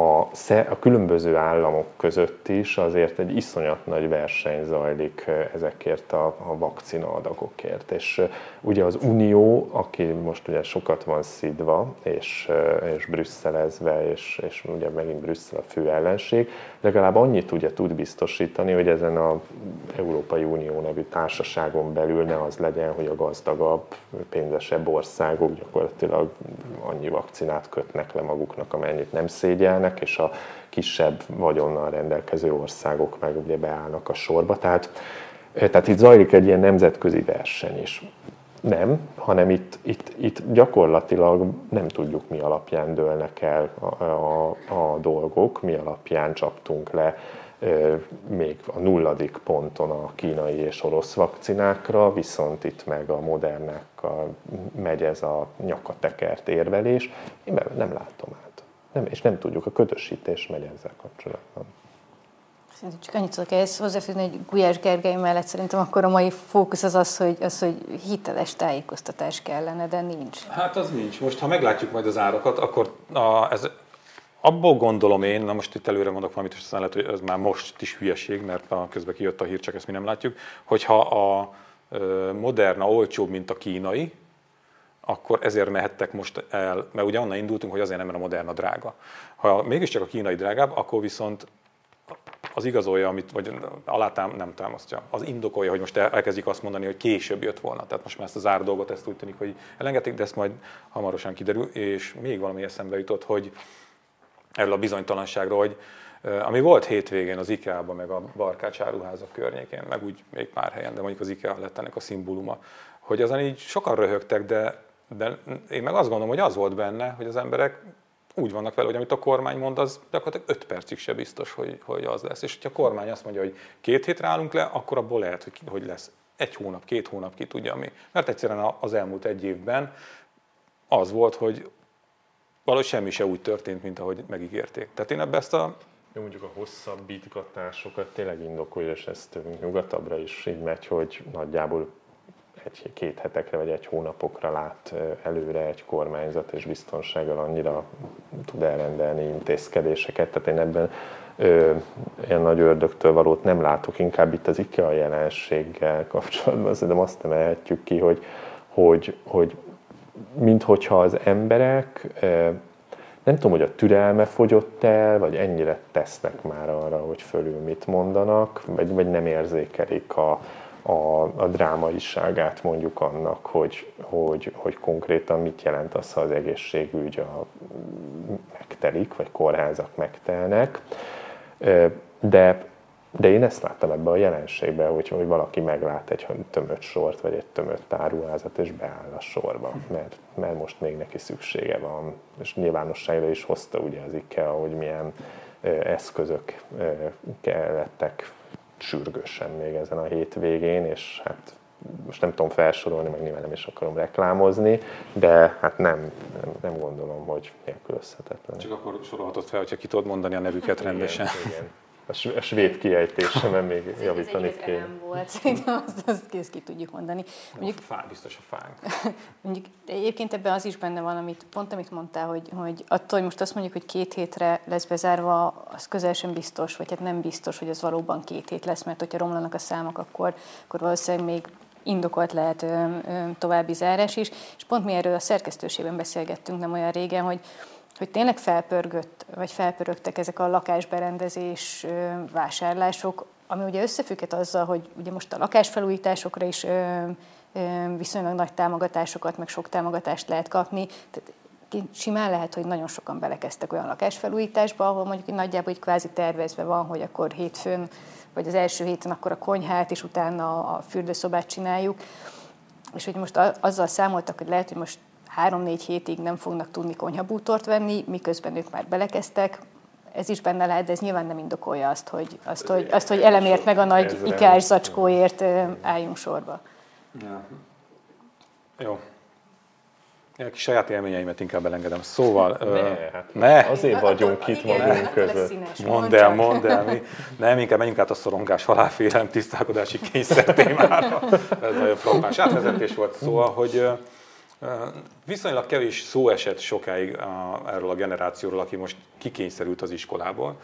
Speaker 3: a különböző államok között is azért egy iszonyat nagy verseny zajlik ezekért a vakcina adagokért. És ugye az Unió, aki most ugye sokat van szidva, és brüsszelezve, és ugye megint Brüsszel a fő ellenség, legalább annyit ugye tud biztosítani, hogy ezen az Európai Unió nevű társaságon belül ne az legyen, hogy a gazdagabb, pénzesebb országok gyakorlatilag annyi vakcinát kötnek le maguknak, amennyit nem szégyelnek, és a kisebb vagyonnal rendelkező országok meg ugye beállnak a sorba. Tehát itt zajlik egy ilyen nemzetközi verseny is. Nem, hanem itt gyakorlatilag nem tudjuk, mi alapján dőlnek el a dolgok, mi alapján csaptunk le még a 0. ponton a kínai és orosz vakcinákra, viszont itt meg a Modernákkal megy ez a nyakatekert érvelés. Én nem látom át. És nem tudjuk, a ködösítés megy ezzel kapcsolatban.
Speaker 2: Csak annyit tudok ehhez hozzáfűzni, hogy Gulyás Gergely mellett szerintem akkor a mai fókusz az, hogy hiteles tájékoztatás kellene, de nincs.
Speaker 1: Hát az nincs. Most, ha meglátjuk majd az árakat, akkor abból gondolom én, na most itt előre mondok valamit, és aztán lehet, hogy ez már most is hülyeség, mert közben kijött a hír, csak ezt mi nem látjuk, hogyha a Moderna olcsóbb, mint a kínai, akkor ezért mehettek most el, mert ugye onnan indultunk, hogy azért nem, mert a Moderna drága. Ha mégiscsak a kínai drágább, akkor viszont az igazolja, vagy nem támasztja, az indokolja, hogy most elkezdjük azt mondani, hogy később jött volna. Tehát most már ezt az ár dolgot, ezt úgy tűnik, hogy elengedték, de ezt majd hamarosan kiderül, és még valami eszembe jutott, hogy erről a bizonytalanságról, hogy ami volt hétvégén az IKEA-ban, meg a Barkács áruházak környékén, meg úgy még pár helyen, de mondjuk az IKEA lett ennek a szimbóluma, hogy azon így sokan röhögtek, de én meg azt gondolom, hogy az volt benne, hogy az emberek úgy vannak vele, hogy amit a kormány mond, az gyakorlatilag 5 percig se biztos, hogy az lesz. És hogyha a kormány azt mondja, hogy 2 hétre állunk le, akkor abból lehet, hogy lesz 1 hónap, 2 hónap, ki tudja mi. Mert egyszerűen az elmúlt 1 évben az volt, hogy valahogy semmi se úgy történt, mint ahogy megígérték. Tehát én ebbe ezt
Speaker 3: mondjuk a hosszabbítgatásokat tényleg indokolja, és ez tőlünk nyugatabbra is így megy, hogy nagyjából 1-2 hetekre vagy 1 hónapokra lát előre egy kormányzat, és biztonsággal annyira tud elrendelni intézkedéseket. Tehát én ebben ilyen nagy ördögtől valót nem látok, inkább itt az IKEA jelenséggel kapcsolatban szerintem azt emelhetjük ki, hogy minthogyha az emberek, nem tudom, hogy a türelme fogyott el, vagy ennyire tesznek már arra, hogy fölül mit mondanak, vagy nem érzékelik a drámaiságát mondjuk annak, hogy konkrétan mit jelent az, ha az egészségügy megtelik, vagy kórházak megtelnek. De én ezt láttam ebben a jelenségben, hogy valaki meglát egy tömött sort, vagy egy tömött áruházat, és beáll a sorba, mert most még neki szüksége van. És nyilvánosságra is hozta ugye az IKEA, hogy milyen eszközök kellettek sürgősen még ezen a hétvégén, és hát most nem tudom felsorolni, meg nyilván nem is akarom reklámozni, de hát nem gondolom, hogy nélkülözhetetlen.
Speaker 1: Csak akkor sorolhatod fel, hogyha ki tudod mondani a nevüket rendesen.
Speaker 3: Igen. A svéd kiejtésemen még javítani kell.
Speaker 2: Ez volt, szerintem azt ki tudjuk mondani.
Speaker 1: Mondjuk, biztos a fánk.
Speaker 2: Mondjuk egyébként ebben az is benne van, amit mondtál, hogy attól, hogy most azt mondjuk, hogy 2 hétre lesz bezárva, az közel sem biztos, vagy hát nem biztos, hogy ez valóban 2 hét lesz, mert hogyha romlanak a számok, akkor valószínűleg még indokolt lehet további zárás is. És pont mi erről a szerkesztőségben beszélgettünk nem olyan régen, hogy tényleg felpörögtek ezek a lakásberendezés vásárlások, ami ugye összefügghet azzal, hogy ugye most a lakásfelújításokra is viszonylag nagy támogatásokat, meg sok támogatást lehet kapni. Tehát simán lehet, hogy nagyon sokan belekezdtek olyan lakásfelújításba, ahol mondjuk nagyjából így kvázi tervezve van, hogy akkor hétfőn, vagy az első héten akkor a konyhát, és utána a fürdőszobát csináljuk. És hogy most azzal számoltak, hogy lehet, hogy most 3-4 hétig nem fognak tudni konyhabútort venni, miközben ők már belekezdtek. Ez is benne lehet, de ez nyilván nem indokolja azt, hogy elemért meg a nagy ikás zacskóért álljunk sorba.
Speaker 1: Ja. Jó. Én a kis saját élményeimet inkább elengedem. Szóval...
Speaker 3: Azért vagyunk itt magunk között.
Speaker 1: Mondd el. Nem, inkább menjünk át a szorongás, halálfélelem, tisztálkodási kényszer témára. Ez nagyon frappáns átvezetés volt. Szóval, hogy viszonylag kevés szó esett sokáig erről a generációról, aki most kikényszerült az iskolából,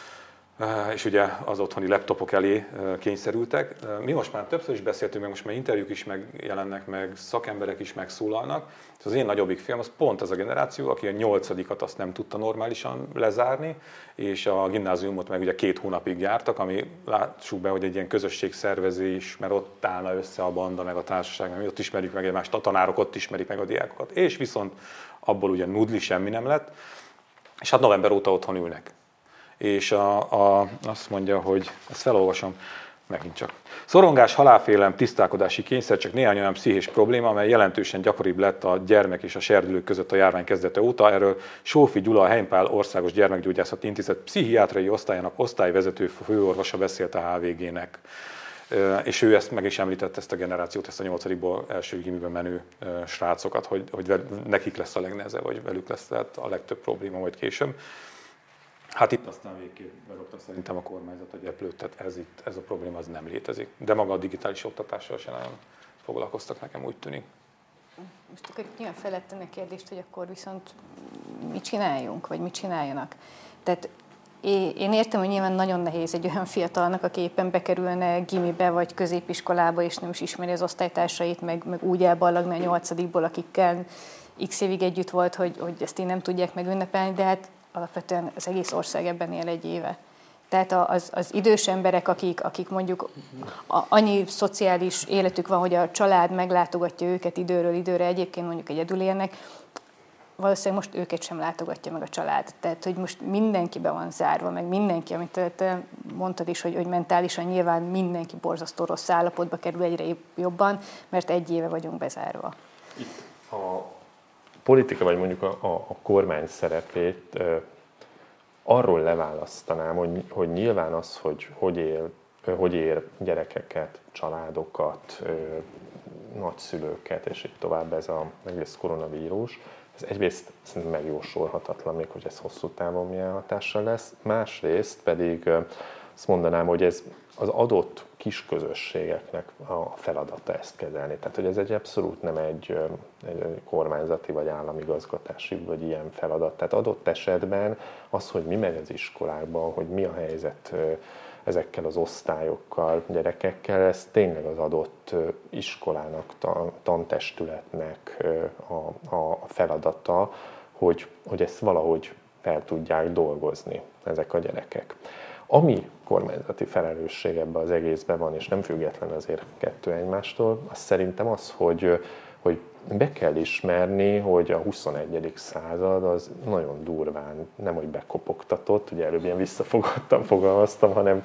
Speaker 1: és ugye az otthoni laptopok elé kényszerültek. Mi most már többször is beszéltünk, meg most már interjúk is megjelennek, meg szakemberek is megszólalnak. Az én nagyobbik fiam az pont ez a generáció, aki a 8-at azt nem tudta normálisan lezárni, és a gimnáziumot meg ugye 2 hónapig jártak, ami látsuk be, hogy egy ilyen közösségszervezés, mert ott állna össze a banda, meg a társaság, mert mi ott ismerjük meg egymást, a tanárok ott ismerik meg a diákokat, és viszont abból ugye nudli, semmi nem lett, és hát november óta otthon ülnek. És azt mondja, hogy ezt felolvasom megint csak. Szorongás, halálfélelem, tisztálkodási kényszer csak néhány olyan pszichés probléma, amely jelentősen gyakoribb lett a gyermek és a serdülők között a járvány kezdete óta. Erről Sófi Gyula, a Heimpál Országos Gyermekgyógyászati Intézet pszichiátriai osztályának osztályvezető főorvosa beszélt a HVG-nek. És ő ezt meg is említette, ezt a generációt, ezt a 8-ból első gimiben menő srácokat, hogy nekik lesz a legnehezebb, vagy velük lesz a legtöbb probléma majd később. Hát itt aztán végképp berogta szerintem a kormányzat, hogy eplőtt, tehát ez a probléma az nem létezik. De maga a digitális oktatással sem nagyon foglalkoztak, nekem úgy tűnik.
Speaker 2: Most akkor nyilván fel lehet tenni a kérdést, hogy akkor viszont mit csináljunk, vagy mit csináljanak. Tehát én értem, hogy nyilván nagyon nehéz egy olyan fiatalnak, aki éppen bekerülne gimibe vagy középiskolába, és nem is ismeri az osztálytársait, meg úgy elballagna a 8-ból, akikkel x évig együtt volt, hogy ezt így nem tudják megünnepelni, de hát alapvetően az egész ország ebben él egy éve. Tehát az idős emberek, akik mondjuk annyi szociális életük van, hogy a család meglátogatja őket időről időre, egyébként mondjuk egyedül élnek, valószínűleg most őket sem látogatja meg a család. Tehát, hogy most mindenki be van zárva, meg mindenki, amit te mondtad is, hogy mentálisan nyilván mindenki borzasztó rossz állapotba kerül egyre jobban, mert egy éve vagyunk bezárva.
Speaker 3: Itt a politika, vagy mondjuk a kormány szerepét arról leválasztanám, hogy nyilván az, hogy ér gyerekeket, családokat, nagyszülőket, és így tovább ez az egész koronavírus, ez egyrészt szerintem megjósolhatatlan, még hogy ez hosszú távon milyen hatással lesz. Másrészt pedig azt mondanám, hogy ez az adott kis közösségeknek a feladata ezt kezelni. Tehát, hogy ez egy abszolút nem egy kormányzati vagy államigazgatási vagy ilyen feladat. Tehát adott esetben az, hogy mi megy az iskolákban, hogy mi a helyzet ezekkel az osztályokkal, gyerekekkel, ez tényleg az adott iskolának, tantestületnek a feladata, hogy ezt valahogy fel tudják dolgozni ezek a gyerekek. Ami kormányzati felelősség ebben az egészben van, és nem független azért kettő egymástól, az szerintem az, hogy be kell ismerni, hogy a 21. század az nagyon durván, nem hogy bekopogtatott, ugye előbb ilyen visszafogottan fogalmaztam, hanem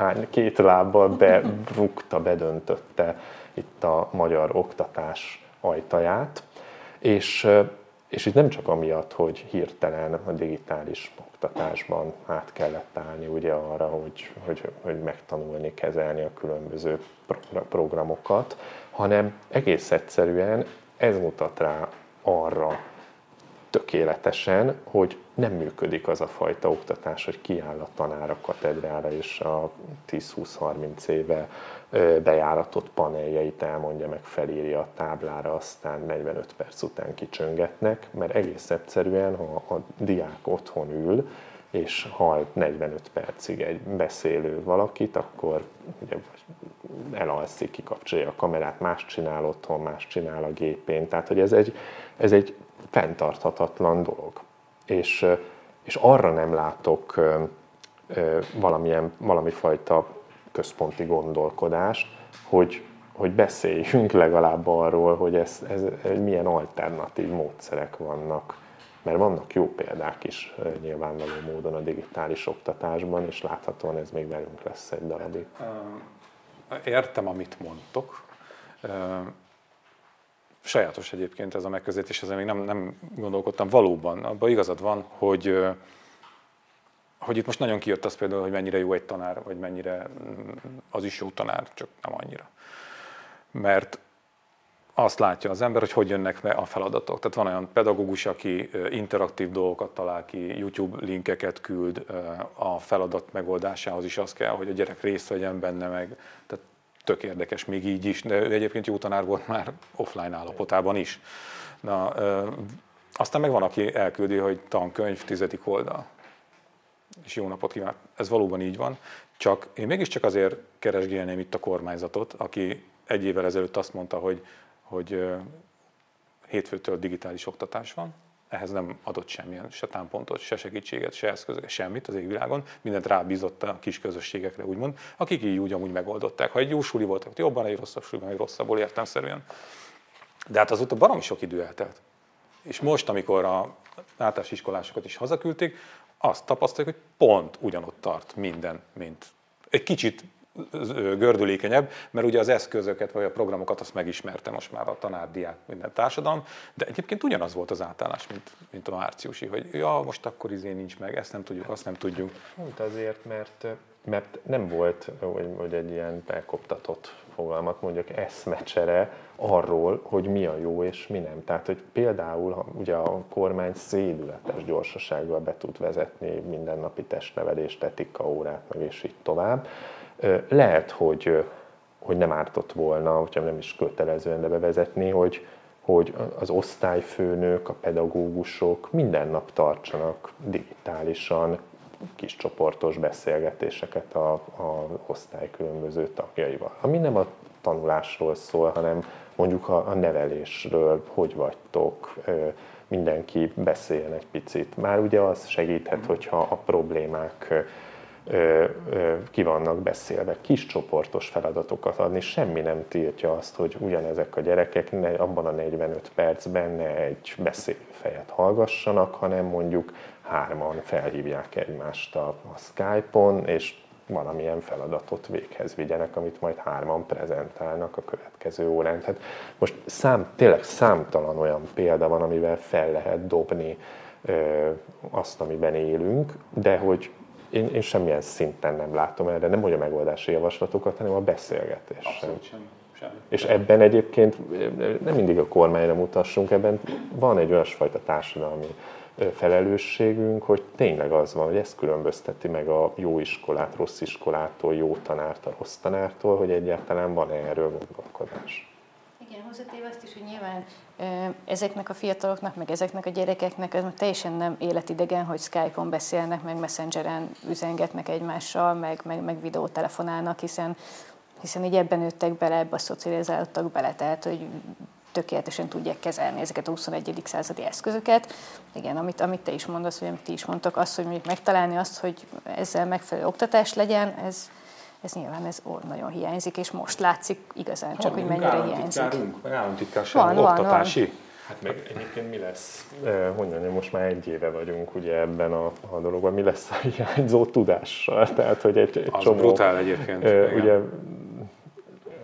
Speaker 3: 2 lábbal berúgta, bedöntötte itt a magyar oktatás ajtaját, és És itt nem csak amiatt, hogy hirtelen a digitális oktatásban át kellett állni ugye arra, hogy megtanulni, kezelni a különböző programokat, hanem egész egyszerűen ez mutat rá arra tökéletesen, hogy nem működik az a fajta oktatás, hogy kiáll a tanár a katedrára és a 10-20-30 éve bejáratott paneljeit elmondja, meg felírja a táblára, aztán 45 perc után kicsöngetnek, mert egész egyszerűen, ha a diák otthon ül, és hall 45 percig egy beszélő valakit, akkor ugye elalszik, kikapcsolja a kamerát, más csinál otthon, más csinál a gépén. Tehát, hogy ez egy fenntarthatatlan dolog. És arra nem látok valami fajta központi gondolkodást, hogy beszéljünk legalább arról, hogy milyen alternatív módszerek vannak. Mert vannak jó példák is nyilvánvaló módon a digitális oktatásban, és láthatóan ez még velünk lesz egy darabig.
Speaker 1: Értem, amit mondtok. Sajátos egyébként ez a megközelítés, ezen még nem gondolkodtam. Valóban, abban igazad van, hogy itt most nagyon kijött az például, hogy mennyire jó egy tanár, vagy mennyire az is jó tanár, csak nem annyira. Mert azt látja az ember, hogy jönnek be a feladatok. Tehát van olyan pedagógus, aki interaktív dolgokat talál ki, YouTube linkeket küld, a feladat megoldásához is az kell, hogy a gyerek részt vegyen benne meg. Tehát tök érdekes még így is, de ő egyébként jó tanár volt már offline állapotában is. Na, aztán meg van, aki elküldi, hogy tankönyv 10. oldal. És jó napot kívánok. Ez valóban így van, csak én mégiscsak azért keresgélném itt a kormányzatot, aki egy évvel ezelőtt azt mondta, hogy hétfőtől digitális oktatás van, ehhez nem adott semmilyen, se támpontot, se segítséget, se eszközöket, semmit az égvilágon, mindent rábízott a kis közösségekre, úgymond, akik így úgy amúgy megoldották. Ha egy jó suli volt, akkor jobban, egy rosszabb suliban, egy rosszabbul értelemszerűen. De hát azóta baromi sok idő eltelt. És most, amikor a általános iskolásokat is hazaküldték, azt tapasztaljuk, hogy pont ugyanott tart minden, mint egy kicsit gördülékenyebb, mert ugye az eszközöket vagy a programokat azt megismerte most már a tanár, diák, minden társadalom, de egyébként ugyanaz volt az átállás, mint a márciusi, hogy ja, most akkor nincs meg, ezt nem tudjuk, azt nem tudjuk.
Speaker 3: Pont azért, mert nem volt, hogy egy ilyen elkoptatott fogalmat mondjak, eszmecsere arról, hogy mi a jó és mi nem. Tehát, hogy például ugye a kormány szédületes gyorsasággal be tud vezetni mindennapi testnevelést, etikaórát, meg és így tovább. Lehet, hogy nem ártott volna, hogyha nem is kötelezően de bevezetni, hogy az osztályfőnök, a pedagógusok minden nap tartsanak digitálisan kiscsoportos beszélgetéseket a osztály különböző tagjaival. Ami nem a tanulásról szól, hanem mondjuk a nevelésről, hogy vagytok, mindenki beszéljen egy picit. Már ugye az segíthet, hogyha a problémák ki vannak beszélve. Kis csoportos feladatokat adni, semmi nem tiltja azt, hogy ugyanezek a gyerekek abban a 45 percben ne egy beszélőfejet hallgassanak, hanem mondjuk 3-an felhívják egymást a Skype-on, és valamilyen feladatot véghez vigyenek, amit majd 3-an prezentálnak a következő órán. Tehát most tényleg számtalan olyan példa van, amivel fel lehet dobni azt, amiben élünk, de hogy én semmilyen szinten nem látom erre, nem hogy a megoldási javaslatokat, hanem a beszélgetést.
Speaker 1: Abszolút semmi.
Speaker 3: És ebben egyébként nem mindig a kormányra mutassunk, ebben van egy olyasfajta társadalmi felelősségünk, hogy tényleg az van, hogy ez különbözteti meg a jó iskolát rossz iskolától, jó tanárt a rossz tanártól, hogy egyáltalán van erről gondolkodás.
Speaker 2: Igen, hozzátéve azt is, hogy nyilván ezeknek a fiataloknak, meg ezeknek a gyerekeknek ez teljesen nem életidegen, hogy Skype-on beszélnek, meg Messengeren üzengetnek egymással, meg videótelefonálnak, hiszen így ebben nőttek bele, ebbe a szocializálódtak bele, tehát hogy tökéletesen tudják kezelni ezeket a 21. századi eszközöket. Igen, amit te is mondasz, vagy amit ti is mondtok, az, hogy mondjuk megtalálni azt, hogy ezzel megfelelő oktatás legyen, ez nyilván nagyon hiányzik, és most látszik igazán csak, hogy mennyire hiányzik.
Speaker 1: Államtitkárság, oktatási.
Speaker 3: Hát meg egyébként mi lesz, hogy mondjam, most már 1 éve vagyunk ugye ebben a dologban, mi lesz a hiányzó tudással? Tehát, hogy egy
Speaker 1: az
Speaker 3: csomó...
Speaker 1: brutál egyébként.
Speaker 3: Ugye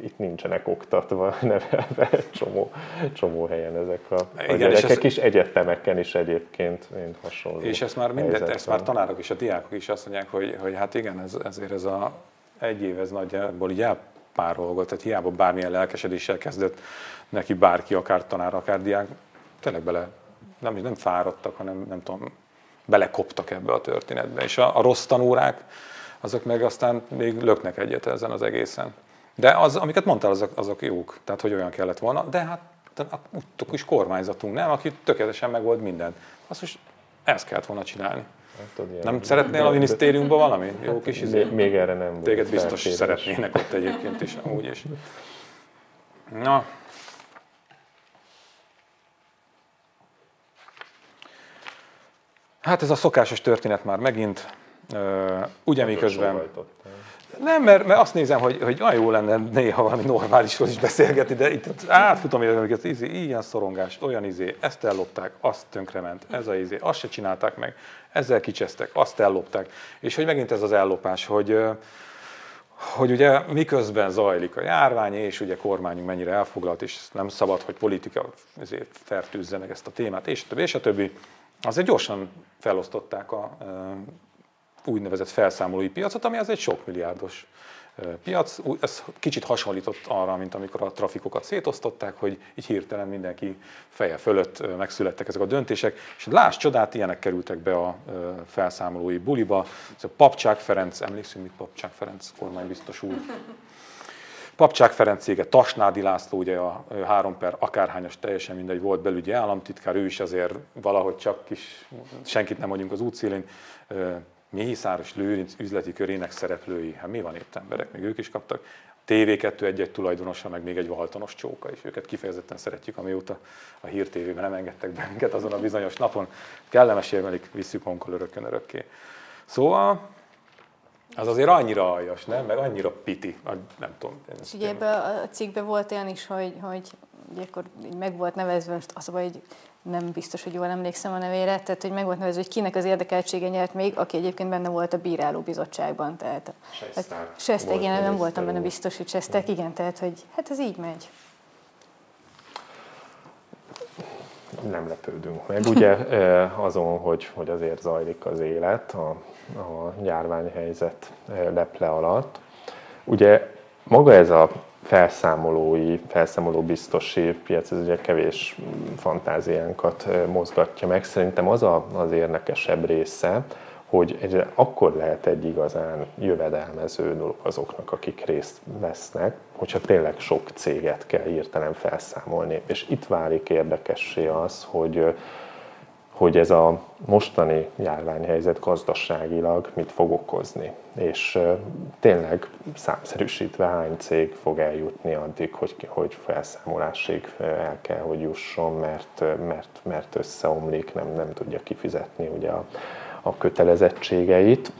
Speaker 3: itt nincsenek oktatva, nevelve csomó helyen ezek a gyerekek is, egyetemeken is egyébként mind hasonló.
Speaker 1: És ezt már tanárok és a diákok is azt mondják, hogy hát igen, ezért ez a egy év ez nagyjából így elpárolgott, tehát hiába bármilyen lelkesedéssel kezdett neki bárki, akár tanár, akár diák, tényleg nem fáradtak, hanem nem tudom, belekoptak ebbe a történetbe. És a rossz tanórák, azok meg aztán még löknek egyet ezen az egészen. De amiket mondtál, azok jók, tehát hogy olyan kellett volna, de hát a kis kormányzatunk, nem, aki tökéletesen megold mindent. Azt most ezt kellett volna csinálni. Hát, nem szeretnél a minisztériumban valami? Jó kis izé?
Speaker 3: Még erre nem volt.
Speaker 1: Téged biztos szeretnének ott egyébként is, amúgy is. Na. Hát ez a szokásos történet már megint. Ugye miközben... Nem, mert azt nézem, hogy olyan jó lenne néha valami normálisról is beszélgetni, de itt átfutom hogy ilyen szorongás, olyan ezt ellopták, azt tönkrement, ez a azt se csinálták meg, ezzel kicsesztek, azt ellopták. És hogy megint ez az ellopás, hogy ugye miközben zajlik a járvány, és ugye kormányunk mennyire elfoglalt, és nem szabad, hogy politika fertőzze meg ezt a témát, és a többi. Azért gyorsan felosztották a úgynevezett felszámolói piacot, ami az egy sok milliárdos piac. Ez kicsit hasonlított arra, mint amikor a trafikokat szétosztották, hogy így hirtelen mindenki feje fölött megszülettek ezek a döntések, és láss csodát, ilyenek kerültek be a felszámolói buliba. Ez a Papcsák Ferenc, emlékszünk, mit Papcsák Ferenc kormánybiztos úr? Papcsák Ferenc cége, Tasnádi László, ugye a 3 per akárhányas, teljesen mindegy, volt belügyi államtitkár, ő is azért valahogy csak senkit nem mondjunk az útszélén, Mészáros Lőrinc üzleti körének szereplői. Hát mi van itt, emberek? Még ők is kaptak. TV2 egy tulajdonosa, meg még egy Valtonos csóka, és őket kifejezetten szeretjük, amióta a Hír TV-ben nem engedtek bennünket azon a bizonyos napon. Kellemes élmelik, visszük honka örökké. Szóval az azért annyira aljas, nem? Meg annyira piti, nem tudom.
Speaker 2: És ugye ebben a cikkben volt olyan is, hogy ugye akkor meg volt nevezve, most az, hogy nem biztos, hogy jól emlékszem a nevére, tehát hogy meg volt nevezve, hogy kinek az érdekeltsége nyert még, aki egyébként benne volt a bírálóbizottságban. Tehát Sesták, igen, nem voltam benne biztos, hogy Sesták, igen, tehát hogy hát ez így megy.
Speaker 3: Nem lepődünk meg, ugye azon, hogy azért zajlik az élet a járványhelyzet leple alatt. Ugye maga ez a felszámoló biztosi piac, ez ugye kevés fantáziánkat mozgatja meg. Szerintem az érdekesebb része, hogy akkor lehet egy igazán jövedelmező dolog azoknak, akik részt vesznek, hogyha tényleg sok céget kell hirtelen felszámolni. És itt válik érdekessé az, hogy ez a mostani járványhelyzet gazdaságilag mit fog okozni. És tényleg számszerűsítve hány cég fog eljutni addig, hogy felszámolásig el kell, hogy jusson, mert összeomlik, nem tudja kifizetni ugye a kötelezettségeit.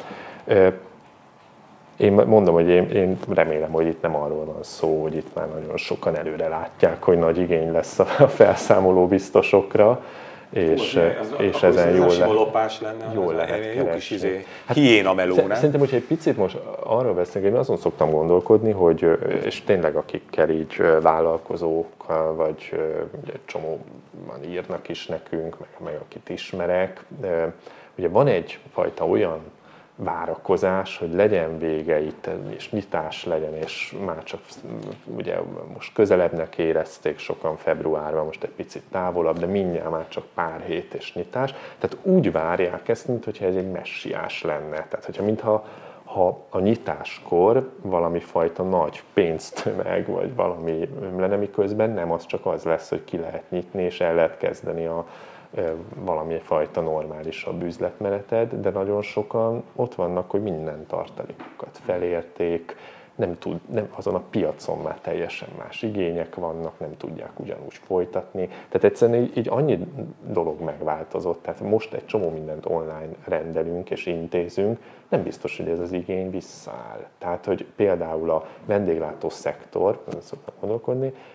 Speaker 3: Én mondom, hogy én remélem, hogy itt nem arról van szó, hogy itt már nagyon sokan előre látják, hogy nagy igény lesz a felszámoló biztosokra, és ezen jól lehet
Speaker 1: jó kis hiéna meló, nem?
Speaker 3: Szerintem, hogyha egy picit most arról beszélünk, én azon szoktam gondolkodni, hogy, és tényleg akikkel így vállalkozók, vagy egy csomóan írnak is nekünk, meg akit ismerek, ugye van egyfajta olyan várakozás, hogy legyen vége itt, és nyitás legyen, és már csak ugye most közelebbnek érezték sokan februárban, most egy picit távolabb, de mindjárt már csak pár hét és nyitás. Tehát úgy várják ezt, mintha ez egy messiás lenne. Tehát, mintha a nyitáskor valami fajta nagy pénztömeg, vagy valami lenne, miközben nem, az csak az lesz, hogy ki lehet nyitni, és el lehet kezdeni valami fajta normálisabb üzletmeneted, de nagyon sokan ott vannak, hogy minden tartalékokat felérték, azon a piacon már teljesen más igények vannak, nem tudják ugyanúgy folytatni. Tehát egyszerűen így annyi dolog megváltozott, tehát most egy csomó mindent online rendelünk és intézünk, nem biztos, hogy ez az igény visszaáll. Tehát, hogy például a vendéglátó szektor, szoktam gondolkodni,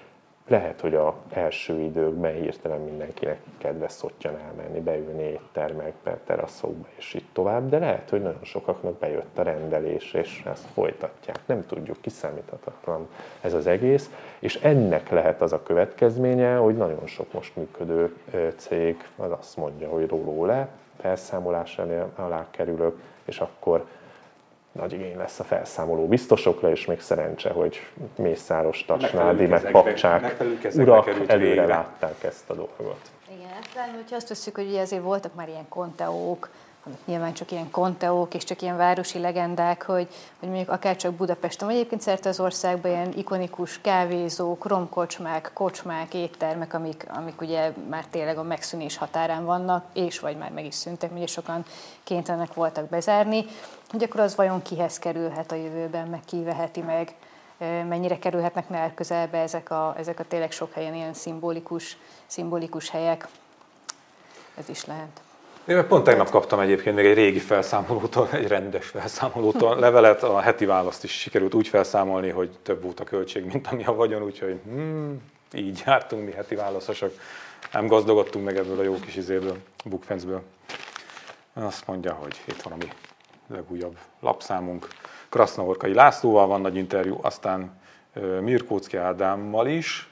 Speaker 3: lehet, hogy az első időkben hirtelen mindenkinek kedves szottyan elmenni, beülni éttermekbe, teraszokba és így tovább, de lehet, hogy nagyon sokaknak bejött a rendelés, és ezt folytatják. Nem tudjuk, kiszámíthatatlan ez az egész, és ennek lehet az a következménye, hogy nagyon sok most működő cég az azt mondja, hogy róló le, felszámolás alá kerülök, és akkor nagy igény lesz a felszámoló biztosokra, és még szerencse, hogy Mészáros, Tasnádi, meg Papcsák urak előre látták ezt a dolgot.
Speaker 2: Igen, talán, hogyha azt veszük, hogy ugye azért voltak már ilyen konteók, amik nyilván csak ilyen konteók és csak ilyen városi legendák, hogy mondjuk akár csak Budapesten, vagy egyébként szerte az országban ilyen ikonikus kávézók, romkocsmák, kocsmák, éttermek, amik ugye már tényleg a megszűnés határán vannak, és vagy már meg is szűntek, ugye sokan kénytelenek voltak bezárni, hogy akkor az vajon kihez kerülhet a jövőben, meg ki veheti meg, mennyire kerülhetnek ne közelbe ezek a tényleg sok helyen ilyen szimbolikus helyek. Ez is lehet.
Speaker 1: Én pont tegnap kaptam egyébként még egy régi felszámolótól, egy rendes felszámolótól levelet, a heti választ is sikerült úgy felszámolni, hogy több volt a költség, mint ami a vagyon, úgyhogy így jártunk mi heti válaszosok. Nem gazdagodtunk meg ebből a jó kis izéből, bookfencből. Azt mondja, hogy itt van a mi legújabb lapszámunk. Krasznahorkai Lászlóval van nagy interjú, aztán Mirkóczky Ádámmal is.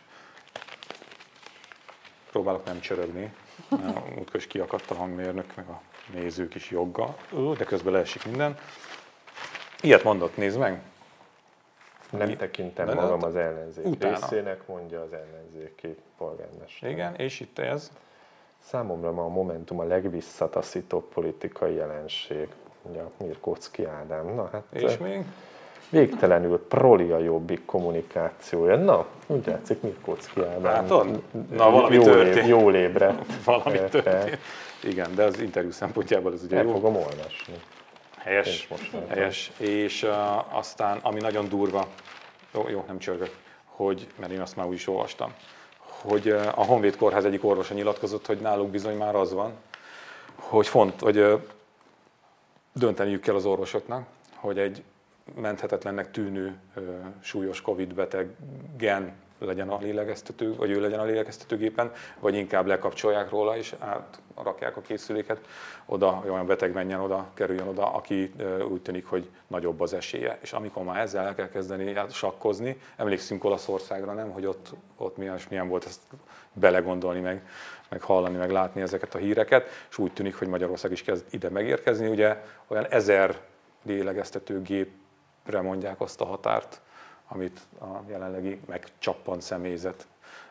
Speaker 1: Próbálok nem csörögni. Útközben kiakadt a hangmérnök, meg a nézők is joggal, de közben leesik minden. Ilyet mondott, nézd meg!
Speaker 3: Nem tekintem magam az ellenzék részének, mondja az ellenzéki polgármester.
Speaker 1: Igen, és itt ez?
Speaker 3: Számomra ma a Momentum a legvisszataszítóbb politikai jelenség, mondja Mirkóczky Ádám. Na, hát,
Speaker 1: és még?
Speaker 3: Végtelenül proli a Jobbik kommunikációja. Na, úgy látszik, Mirkóczky Ádám.
Speaker 1: Látod? Na, valami történt.
Speaker 3: Jól ébredt.
Speaker 1: Valami történt. Igen, de az interjú szempontjából ez ugye
Speaker 3: el
Speaker 1: jó.
Speaker 3: fogom olvasni.
Speaker 1: Helyes. És aztán, ami nagyon durva, jó, nem csörgök, mert én azt már úgy is olvastam, hogy a Honvéd Kórház egyik orvosa nyilatkozott, hogy náluk bizony már az van, hogy dönteniük kell az orvosoknak, hogy egy menthetetlennek tűnő súlyos Covid betegen legyen a lélegeztető, vagy ő legyen a lélegeztetőgépen, vagy inkább lekapcsolják róla és átrakják a készüléket, oda olyan beteg menjen oda, kerüljön oda, aki úgy tűnik, hogy nagyobb az esélye. És amikor már ezzel el kell kezdeni sakkozni, emlékszünk Olaszországra, nem, hogy ott milyen volt ezt belegondolni, meg hallani, meg látni ezeket a híreket, és úgy tűnik, hogy Magyarország is kezd ide megérkezni. Ugye olyan 1000 lélegeztetőgépre mondják azt a határt, amit a jelenlegi megcsappant személyzet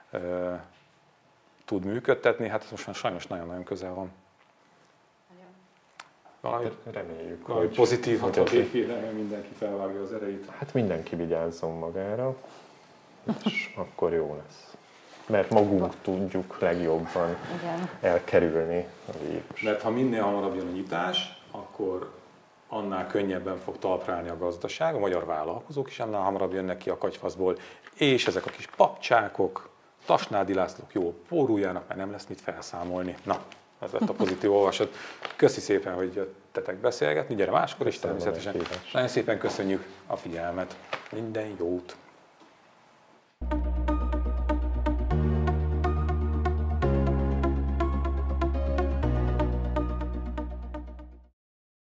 Speaker 1: tud működtetni, hát ez most már sajnos nagyon-nagyon közel van.
Speaker 3: Reméljük,
Speaker 1: hogy pozitív hatásére, mert mindenki felvágja az erejét.
Speaker 3: Hát mindenki vigyázzon magára, és akkor jó lesz. Mert magunk tudjuk legjobban elkerülni a vírust.
Speaker 1: Mert ha minél hamarabb jön a nyitás, akkor annál könnyebben fog talpra állni a gazdaság, a magyar vállalkozók is annál hamarabb jönnek ki a kagyfaszból, és ezek a kis papcsákok, Tasnádi Lászlók jól póruljának, mert nem lesz mit felszámolni. Na, ez lett a pozitív olvasat. Köszi szépen, hogy jöttetek beszélgetni, gyere máskor is természetesen. Nagyon szépen köszönjük a figyelmet. Minden jót!